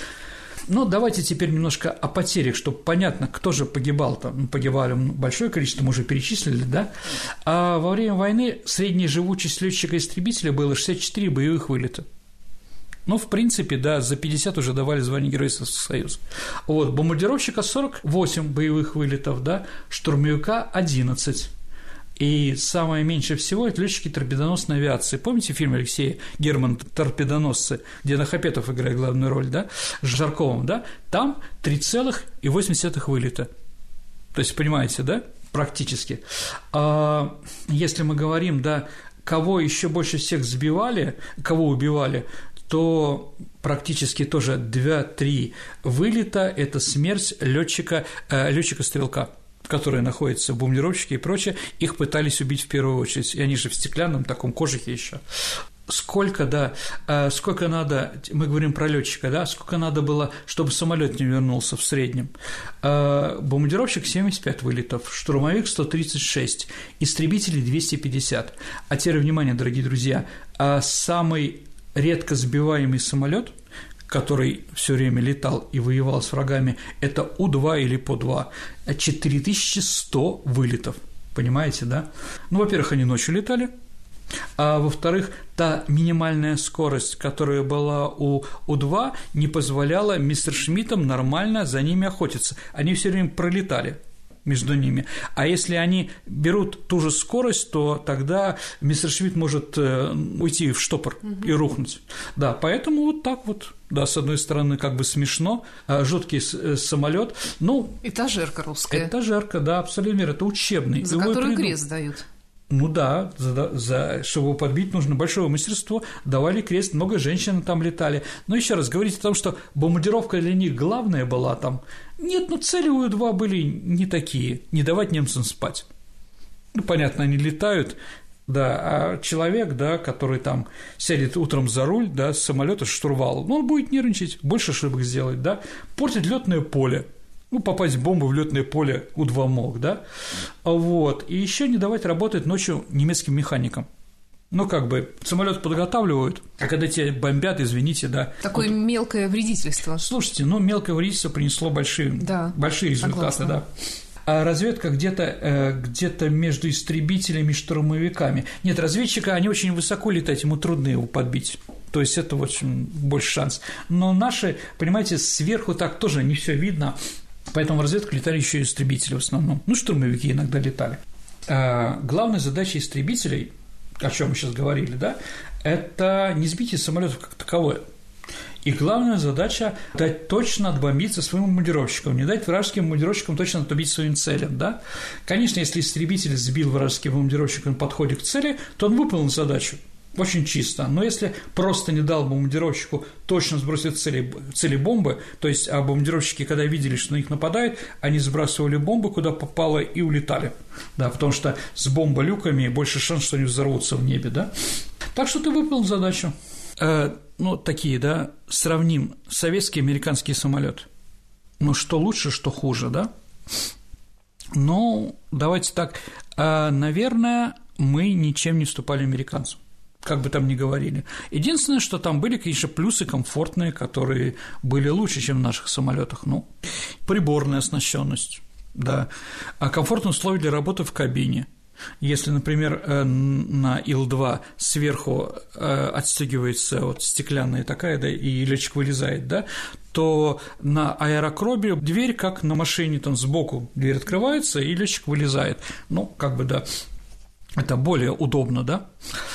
Ну, давайте теперь немножко о потерях, чтобы понятно, кто же погибал там. Погибали большое количество, мы уже перечислили, да? А во время войны средняя живучесть летчика-истребителя была 64 боевых вылета. Ну, в принципе, да, за 50 уже давали звание Героя Советского Союза. Вот, бомбардировщика 48 боевых вылетов, да, штурмовика 11. И самое меньшее всего – это летчики торпедоносной авиации. Помните фильм Алексея Германа «Торпедоносцы», где Нахапетов играет главную роль, да, с Жарковым, да? Там 3,8 вылета. То есть, понимаете, да, практически. А если мы говорим, да, кого еще больше всех сбивали, кого убивали, то практически тоже 2-3 вылета – это смерть летчика-стрелка, который находится в бомбардировщике и прочее, их пытались убить в первую очередь, и они же в стеклянном таком кожухе еще. Сколько, да, сколько надо, мы говорим про летчика, да, сколько надо было, чтобы самолет не вернулся в среднем. Бомбардировщик 75 вылетов, штурмовик 136, истребители 250. А теперь, внимание, дорогие друзья, самый редко сбиваемый самолет, который все время летал и воевал с врагами, это У-2 или По-2, 4100 вылетов, понимаете, да? Ну, во-первых, они ночью летали, а во-вторых, та минимальная скорость, которая была у У-2, не позволяла мессершмиттам нормально за ними охотиться, они все время пролетали между ними. А если они берут ту же скорость, то тогда мессершмитт может уйти в штопор и рухнуть. Да, поэтому вот так вот. Да, с одной стороны, как бы смешно, жуткий самолет. Ну, этажерка русская. Этажерка, да, абсолютно верно. Это учебный. За который крест дают. Ну да, чтобы его подбить, нужно большое мастерство, давали крест, много женщин там летали. Но еще раз, говорить о том, что бомбардировка для них главная была там, нет, ну цели у У-2 были не такие, не давать немцам спать. Ну, понятно, они летают, да, а человек, да, который там сядет утром за руль, да, с самолета штурвал, ну, он будет нервничать, больше ошибок сделать, да, портить летное поле. Ну, попасть в бомбу в летное поле У-2 мог, да? Вот. И еще не давать работать ночью немецким механикам. Ну, как бы, самолет подготавливают, а когда тебя бомбят, извините, да. Такое вот мелкое вредительство. Слушайте, ну, мелкое вредительство принесло большие результаты, согласна. Да. А разведка где-то между истребителями и штурмовиками. Нет, разведчика, они очень высоко летают, ему трудно его подбить. То есть это очень больше шанс. Но наши, понимаете, сверху так тоже не все видно. Поэтому в разведку летали еще и истребители в основном. Ну, штурмовики иногда летали. Главная задача истребителей, о чем мы сейчас говорили, да, это не сбитие самолетов как таковое. И главная задача – дать точно отбомбиться своим бомбардировщикам, не дать вражеским бомбардировщикам точно отбить своим целям, да. Конечно, если истребитель сбил вражеский бомбардировщик, он подходит к цели, то он выполнил задачу. очень чисто. Но если просто не дал бомбардировщику точно сбросить цели бомбы, то есть бомбардировщики, когда видели, что на них нападают, они сбрасывали бомбы, куда попало, и улетали. Да, потому что с бомболюками больше шанс, что они взорвутся в небе, да. Так что ты выполнил задачу. Такие, да, сравним советский и американский самолет. Что лучше, что хуже, да? Давайте так. Наверное, мы ничем не уступали американцам, как бы там ни говорили. Единственное, что там были, конечно, плюсы комфортные, которые были лучше, чем в наших самолетах. Приборная оснащенность, да, комфортные условия для работы в кабине. Если, например, на Ил-2 сверху отстегивается стеклянная такая, да, и летчик вылезает, да, то на аэрокробе дверь, как на машине, там сбоку дверь открывается, и летчик вылезает. Да, это более удобно, да.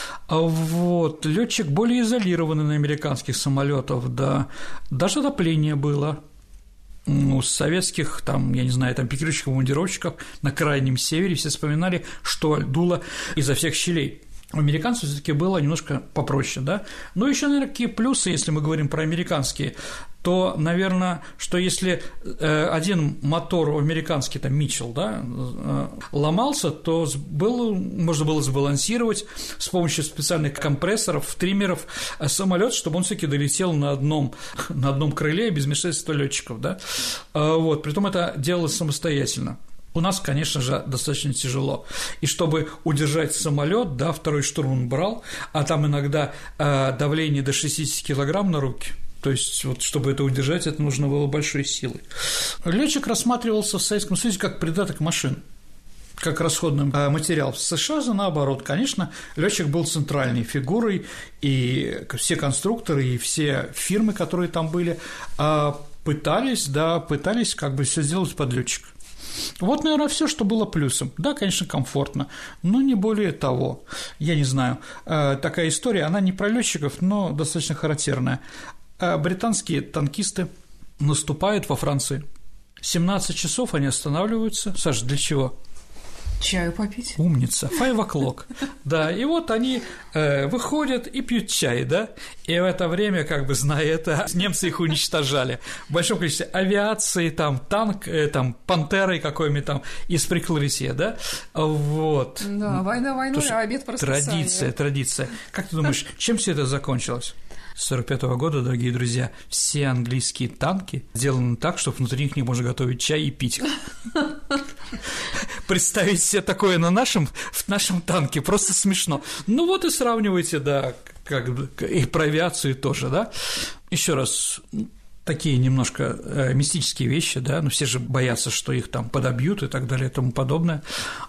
Летчик более изолированный на американских самолетах, да, даже отопление было. С советских, пикирующих-командировщиков на Крайнем Севере все вспоминали, что дуло изо всех щелей. У американцев всё-таки было немножко попроще, да. Еще, наверное, какие плюсы, если мы говорим про американские, то, наверное, что если один мотор американский, Митчелл, да, ломался, то можно было сбалансировать с помощью специальных компрессоров, триммеров самолет, чтобы он все-таки долетел на одном крыле без вмешательства летчиков, да. Притом это делалось самостоятельно. У нас, конечно же, достаточно тяжело. И чтобы удержать самолет, да, второй штурман брал, а там иногда давление до 60 килограмм на руки. То есть, чтобы это удержать, это нужно было большой силой. Летчик рассматривался в Советском Союзе как придаток машин, как расходный материал. В США же наоборот, конечно, летчик был центральной фигурой, и все конструкторы, и все фирмы, которые там были, пытались все сделать под летчика. Наверное, все, что было плюсом. Да, конечно, комфортно, но не более того. Я не знаю, такая история, она не про летчиков, но достаточно характерная. Британские танкисты наступают во Франции. 17 часов они останавливаются. Саша, для чего? Чаю попить. Умница. 5 o'clock. Да, и они выходят и пьют чай, да, и в это время, зная это, немцы их уничтожали. В большом количестве авиации, танк, пантерой какой-нибудь из прикрытия, да, Да, война войной, а обед по расписанию. Традиция. Как ты думаешь, чем все это закончилось? С 1945 года, дорогие друзья, все английские танки сделаны так, что внутри них можно готовить чай и пить. Представить себе такое в нашем танке просто смешно. И сравнивайте, да, и про авиацию тоже, да. Еще раз, такие немножко мистические вещи, да, все же боятся, что их там подобьют и так далее и тому подобное.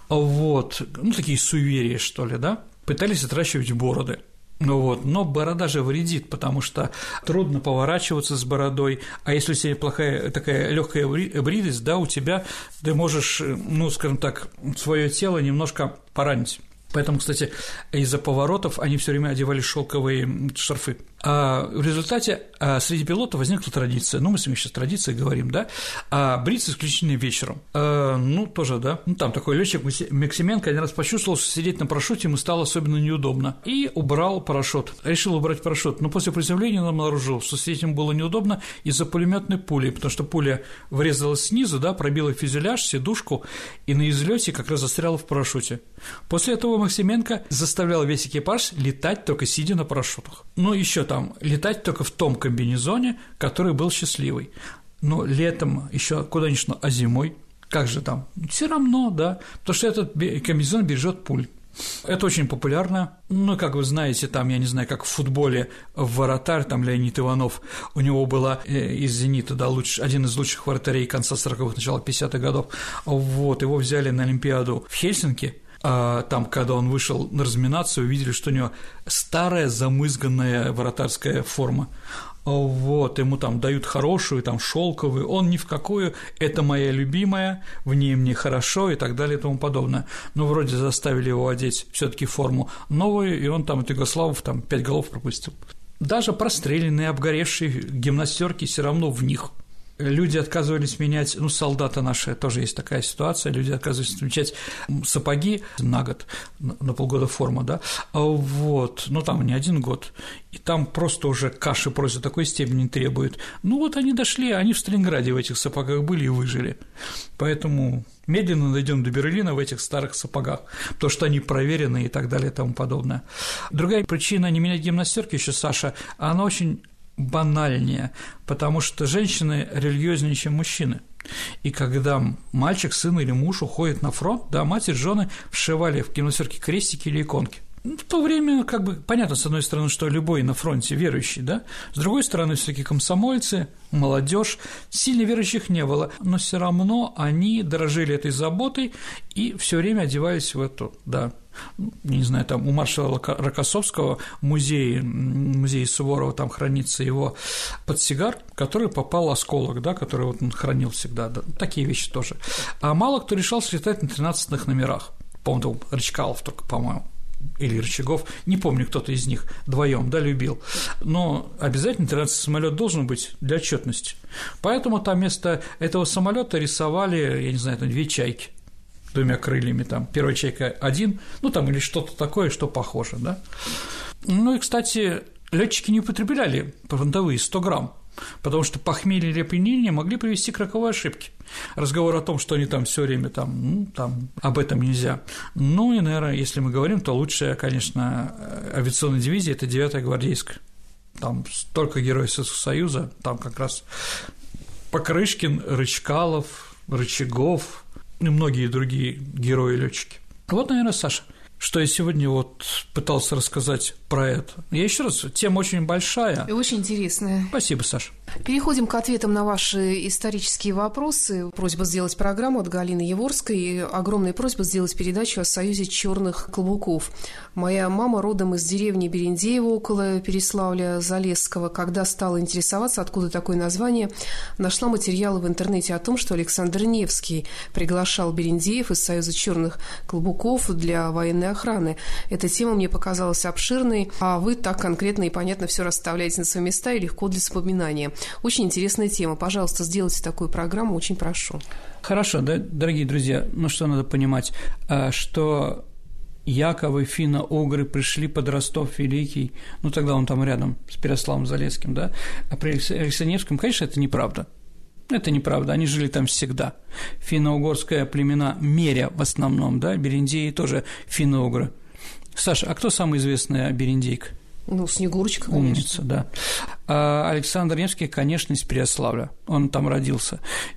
Такие суеверия, что ли, да. Пытались отращивать бороды. Но борода же вредит, потому что трудно поворачиваться с бородой, а если у тебя плохая такая легкая бритость, да, у тебя ты можешь, свое тело немножко поранить. Поэтому, кстати, из-за поворотов они все время одевали шелковые шарфы. В результате среди пилотов возникла традиция, мы с вами сейчас традиции говорим, да, бриться исключительно вечером. Тоже, да, там такой летчик Максименко один раз почувствовал, что сидеть на парашюте ему стало особенно неудобно, и убрал парашют, решил убрать парашют, но после приземления он обнаружил, что сидеть ему было неудобно из-за пулеметной пули, потому что пуля врезалась снизу, да, пробила фюзеляж, сидушку, и на излете как раз застряла в парашюте. После этого Максименко заставлял весь экипаж летать только сидя на парашютах. Еще летать только в том комбинезоне, который был счастливый. Летом еще куда-нибудь, а зимой как же там? Все равно, да, потому что этот комбинезон бережет пуль. Это очень популярно. Как вы знаете, я не знаю, как в футболе вратарь, Леонид Иванов, у него была из «Зенита», да, один из лучших вратарей конца 40-х, начала 50-х годов. Его взяли на Олимпиаду в Хельсинки. Когда он вышел на разминацию, увидели, что у него старая замызганная вратарская форма. Ему дают хорошую, шелковую, он ни в какую, это моя любимая, в ней мне хорошо и так далее и тому подобное. Вроде заставили его одеть все-таки форму новую, и он от Югославов 5 голов пропустил. Даже простреленные, обгоревшие гимнастерки все равно в них. люди отказывались менять, солдаты наши, тоже есть такая ситуация, люди отказывались менять сапоги на год, на полгода форма, да, там не 1 год, и там просто уже каши просто такой степени требует. Они дошли, они в Сталинграде в этих сапогах были и выжили, поэтому медленно дойдем до Берлина в этих старых сапогах, потому что они проверены и так далее и тому подобное. Другая причина не менять гимнастерки еще, Саша, она очень банальнее, потому что женщины религиознее, чем мужчины. И когда мальчик, сын или муж уходит на фронт, да, матерь, жены вшивали в гимнастерки крестики или иконки. В то время, понятно, с одной стороны, что любой на фронте верующий, да, с другой стороны, все-таки комсомольцы, молодежь, сильно верующих не было, но все равно они дорожили этой заботой и все время одевались в эту, да, не знаю, там у маршала Рокоссовского музей Суворова, там хранится его портсигар, в который попал осколок, да, который он хранил всегда, да, такие вещи тоже. А мало кто решался летать на 13-х номерах, по-моему, Рычкалов только, по-моему, или Рычагов, не помню, кто-то из них вдвоем, да, любил, но обязательно 13-й самолет должен быть для отчетности. Поэтому там вместо этого самолета рисовали, я не знаю, там 2 чайки, 2 крыльями, там, первая чайка 1, или что-то такое, что похоже, да. И, кстати, летчики не употребляли фронтовые 100 грамм, потому что похмелье или опьянение могли привести к роковой ошибке. Разговор о том, что они там все время об этом нельзя. И, наверное, если мы говорим, то лучшая, конечно, авиационная дивизия – это 9-я гвардейская. Там столько героев Союза, там как раз Покрышкин, Рычкалов, Рычагов и многие другие герои-летчики. Наверное, Саша, что я сегодня пытался рассказать про это. Я еще раз, тема очень большая. И очень интересная. Спасибо, Саша. Переходим к ответам на ваши исторические вопросы. Просьба сделать программу от Галины Яворской и огромная просьба сделать передачу о Союзе черных клобуков. Моя мама родом из деревни Берендеево около Переславля-Залесского. Когда стала интересоваться, откуда такое название, нашла материалы в интернете о том, что Александр Невский приглашал берендеев из Союза черных клобуков для военной охраны. Эта тема мне показалась обширной, а вы так конкретно и понятно все расставляете на свои места и легко для запоминания. Очень интересная тема. Пожалуйста, сделайте такую программу, очень прошу. Хорошо, да, дорогие друзья, что надо понимать, что якобы финно-угры пришли под Ростов Великий, тогда он там рядом с Переславлем-Залесским, да, а при Александре Невском, конечно, это неправда. Это неправда, они жили там всегда. Финно-угорское племена Меря в основном, да, берендеи тоже финно-угры. Саша, а кто самый известный берендейка? Снегурочка, конечно. Умница, да. А Александр Невский, конечно, из Переславля, он там родился,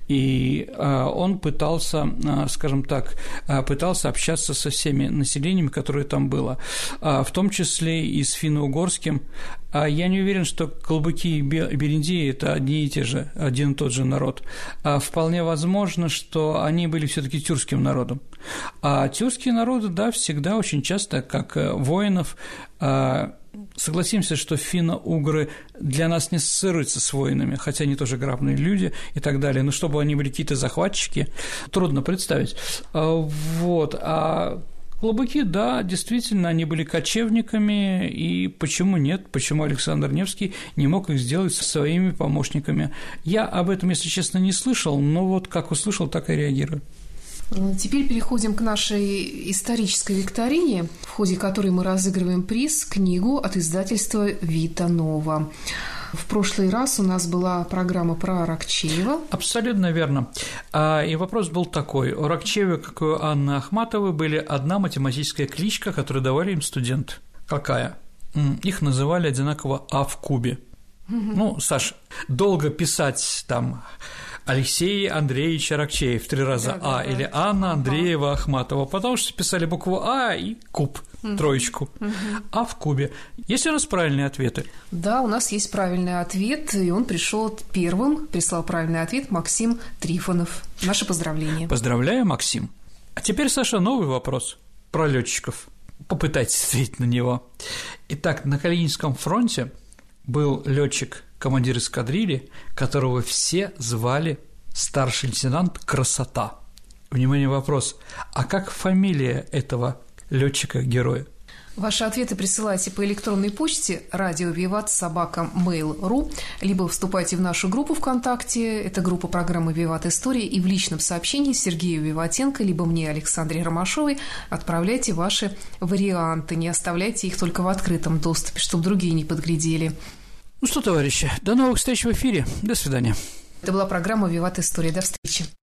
и он пытался, скажем так, общаться со всеми населениями, которое там было, в том числе и с финно-угорским. Я не уверен, что клобуки и берендеи – это один и тот же народ. Вполне возможно, что они были все-таки тюркским народом. А тюркские народы, да, всегда очень часто, как воинов, согласимся, что финно-угры для нас не ассоциируются с воинами, хотя они тоже грабные люди и так далее, но чтобы они были какие-то захватчики, трудно представить. А клобуки, да, действительно, они были кочевниками, и почему нет, почему Александр Невский не мог их сделать со своими помощниками? Я об этом, если честно, не слышал, но как услышал, так и реагирую. Теперь переходим к нашей исторической викторине, в ходе которой мы разыгрываем приз, книгу от издательства «Вита Нова». В прошлый раз у нас была программа про Аракчеева. Абсолютно верно. И вопрос был такой. У Аракчеева, как и у Анны Ахматовой, были одна математическая кличка, которую давали им студенты. Какая? Их называли одинаково «А в кубе». Саш, долго писать там Алексей Андреевич Аракчеев 3 раза да, или Анна Андреева Ахматова, потому что писали букву А и куб, троечку, А в кубе. Есть у нас правильные ответы? Да, у нас есть правильный ответ, и он пришел первым, прислал правильный ответ Максим Трифонов. Наши поздравления. Поздравляю, Максим. А теперь, Саша, новый вопрос про летчиков. Попытайтесь ответить на него. Итак, на Калининском фронте был летчик, командир эскадрильи, которого все звали старший лейтенант Красота. Внимание, вопрос. А как фамилия этого летчика-героя? Ваши ответы присылайте по электронной почте radio@vivat@mail.ru, либо вступайте в нашу группу ВКонтакте, это группа программы «Виват. История», и в личном сообщении Сергею Виватенко, либо мне, Александре Ромашовой, отправляйте ваши варианты, не оставляйте их только в открытом доступе, чтобы другие не подглядели. Ну что, товарищи, до новых встреч в эфире, до свидания. Это была программа «Виват. История», до встречи.